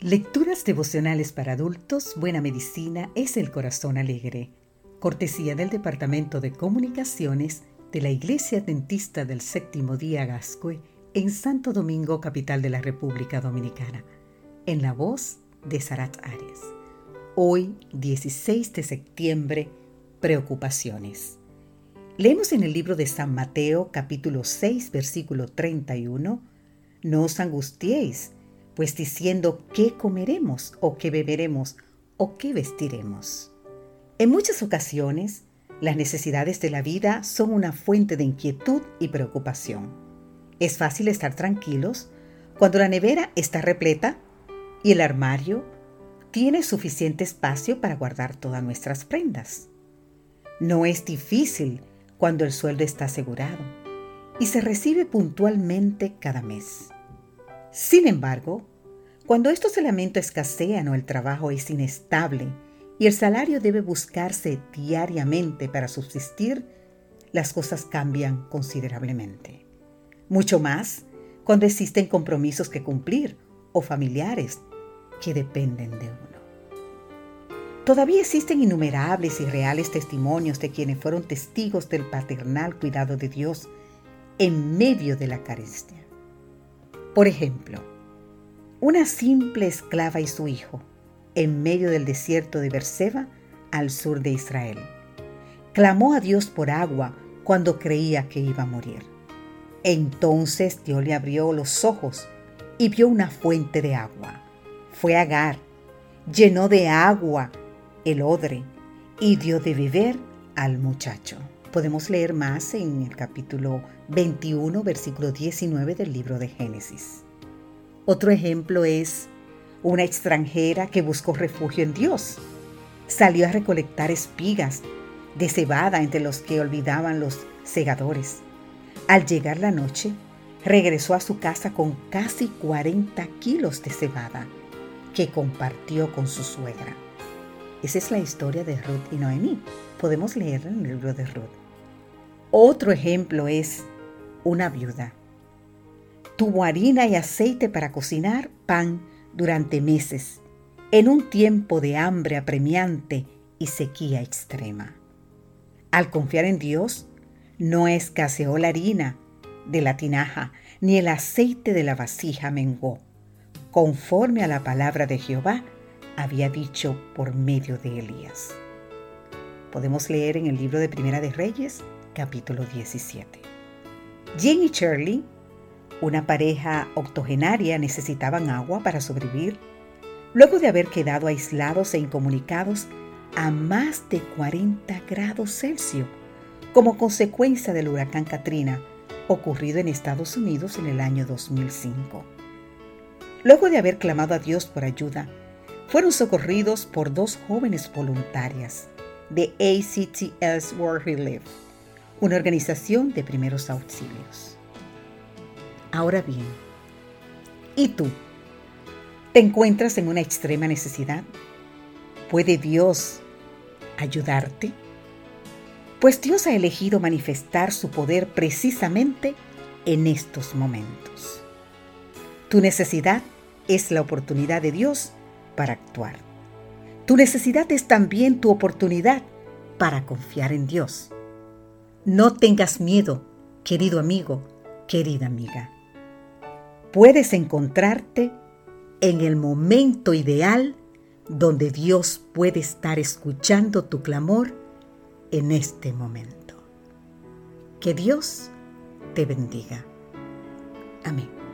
Lecturas devocionales para adultos, Buena Medicina es el Corazón Alegre. Cortesía del Departamento de Comunicaciones de la Iglesia Adventista del Séptimo Día Gascue en Santo Domingo, capital de la República Dominicana. En la voz de Sarat Arias. Hoy, 16 de septiembre, preocupaciones. Leemos en el libro de San Mateo, capítulo 6, versículo 31, «No os angustiéis, pues diciendo qué comeremos o qué beberemos o qué vestiremos». En muchas ocasiones, las necesidades de la vida son una fuente de inquietud y preocupación. Es fácil estar tranquilos cuando la nevera está repleta y el armario tiene suficiente espacio para guardar todas nuestras prendas. No es difícil cuando el sueldo está asegurado y se recibe puntualmente cada mes. Sin embargo, cuando estos elementos escasean o el trabajo es inestable y el salario debe buscarse diariamente para subsistir, las cosas cambian considerablemente. Mucho más cuando existen compromisos que cumplir o familiares que dependen de uno. Todavía existen innumerables y reales testimonios de quienes fueron testigos del paternal cuidado de Dios en medio de la carencia. Por ejemplo, una simple esclava y su hijo, en medio del desierto de Berseba, al sur de Israel, clamó a Dios por agua cuando creía que iba a morir. Entonces Dios le abrió los ojos y vio una fuente de agua. Fue Agar, llenó de agua el odre y dio de beber al muchacho. Podemos leer más en el capítulo 21, versículo 19 del libro de Génesis. Otro ejemplo es una extranjera que buscó refugio en Dios. Salió a recolectar espigas de cebada entre los que olvidaban los segadores. Al llegar la noche, regresó a su casa con casi 40 kilos de cebada que compartió con su suegra. Esa es la historia de Ruth y Noemí. Podemos leerla en el libro de Ruth. Otro ejemplo es una viuda. Tuvo harina y aceite para cocinar pan durante meses, en un tiempo de hambre apremiante y sequía extrema. Al confiar en Dios, no escaseó la harina de la tinaja, ni el aceite de la vasija menguó, conforme a la palabra de Jehová había dicho por medio de Elías. Podemos leer en el libro de Primera de Reyes, capítulo 17. Jane y Shirley, una pareja octogenaria, necesitaban agua para sobrevivir, luego de haber quedado aislados e incomunicados a más de 40 grados Celsius, como consecuencia del huracán Katrina, ocurrido en Estados Unidos en el año 2005. Luego de haber clamado a Dios por ayuda, fueron socorridos por dos jóvenes voluntarias de ACTS World Relief, una organización de primeros auxilios. Ahora bien, ¿y tú? ¿Te encuentras en una extrema necesidad? ¿Puede Dios ayudarte? Pues Dios ha elegido manifestar su poder precisamente en estos momentos. Tu necesidad es la oportunidad de Dios para actuar. Tu necesidad es también tu oportunidad para confiar en Dios. No tengas miedo, querido amigo, querida amiga. Puedes encontrarte en el momento ideal donde Dios puede estar escuchando tu clamor en este momento. Que Dios te bendiga. Amén.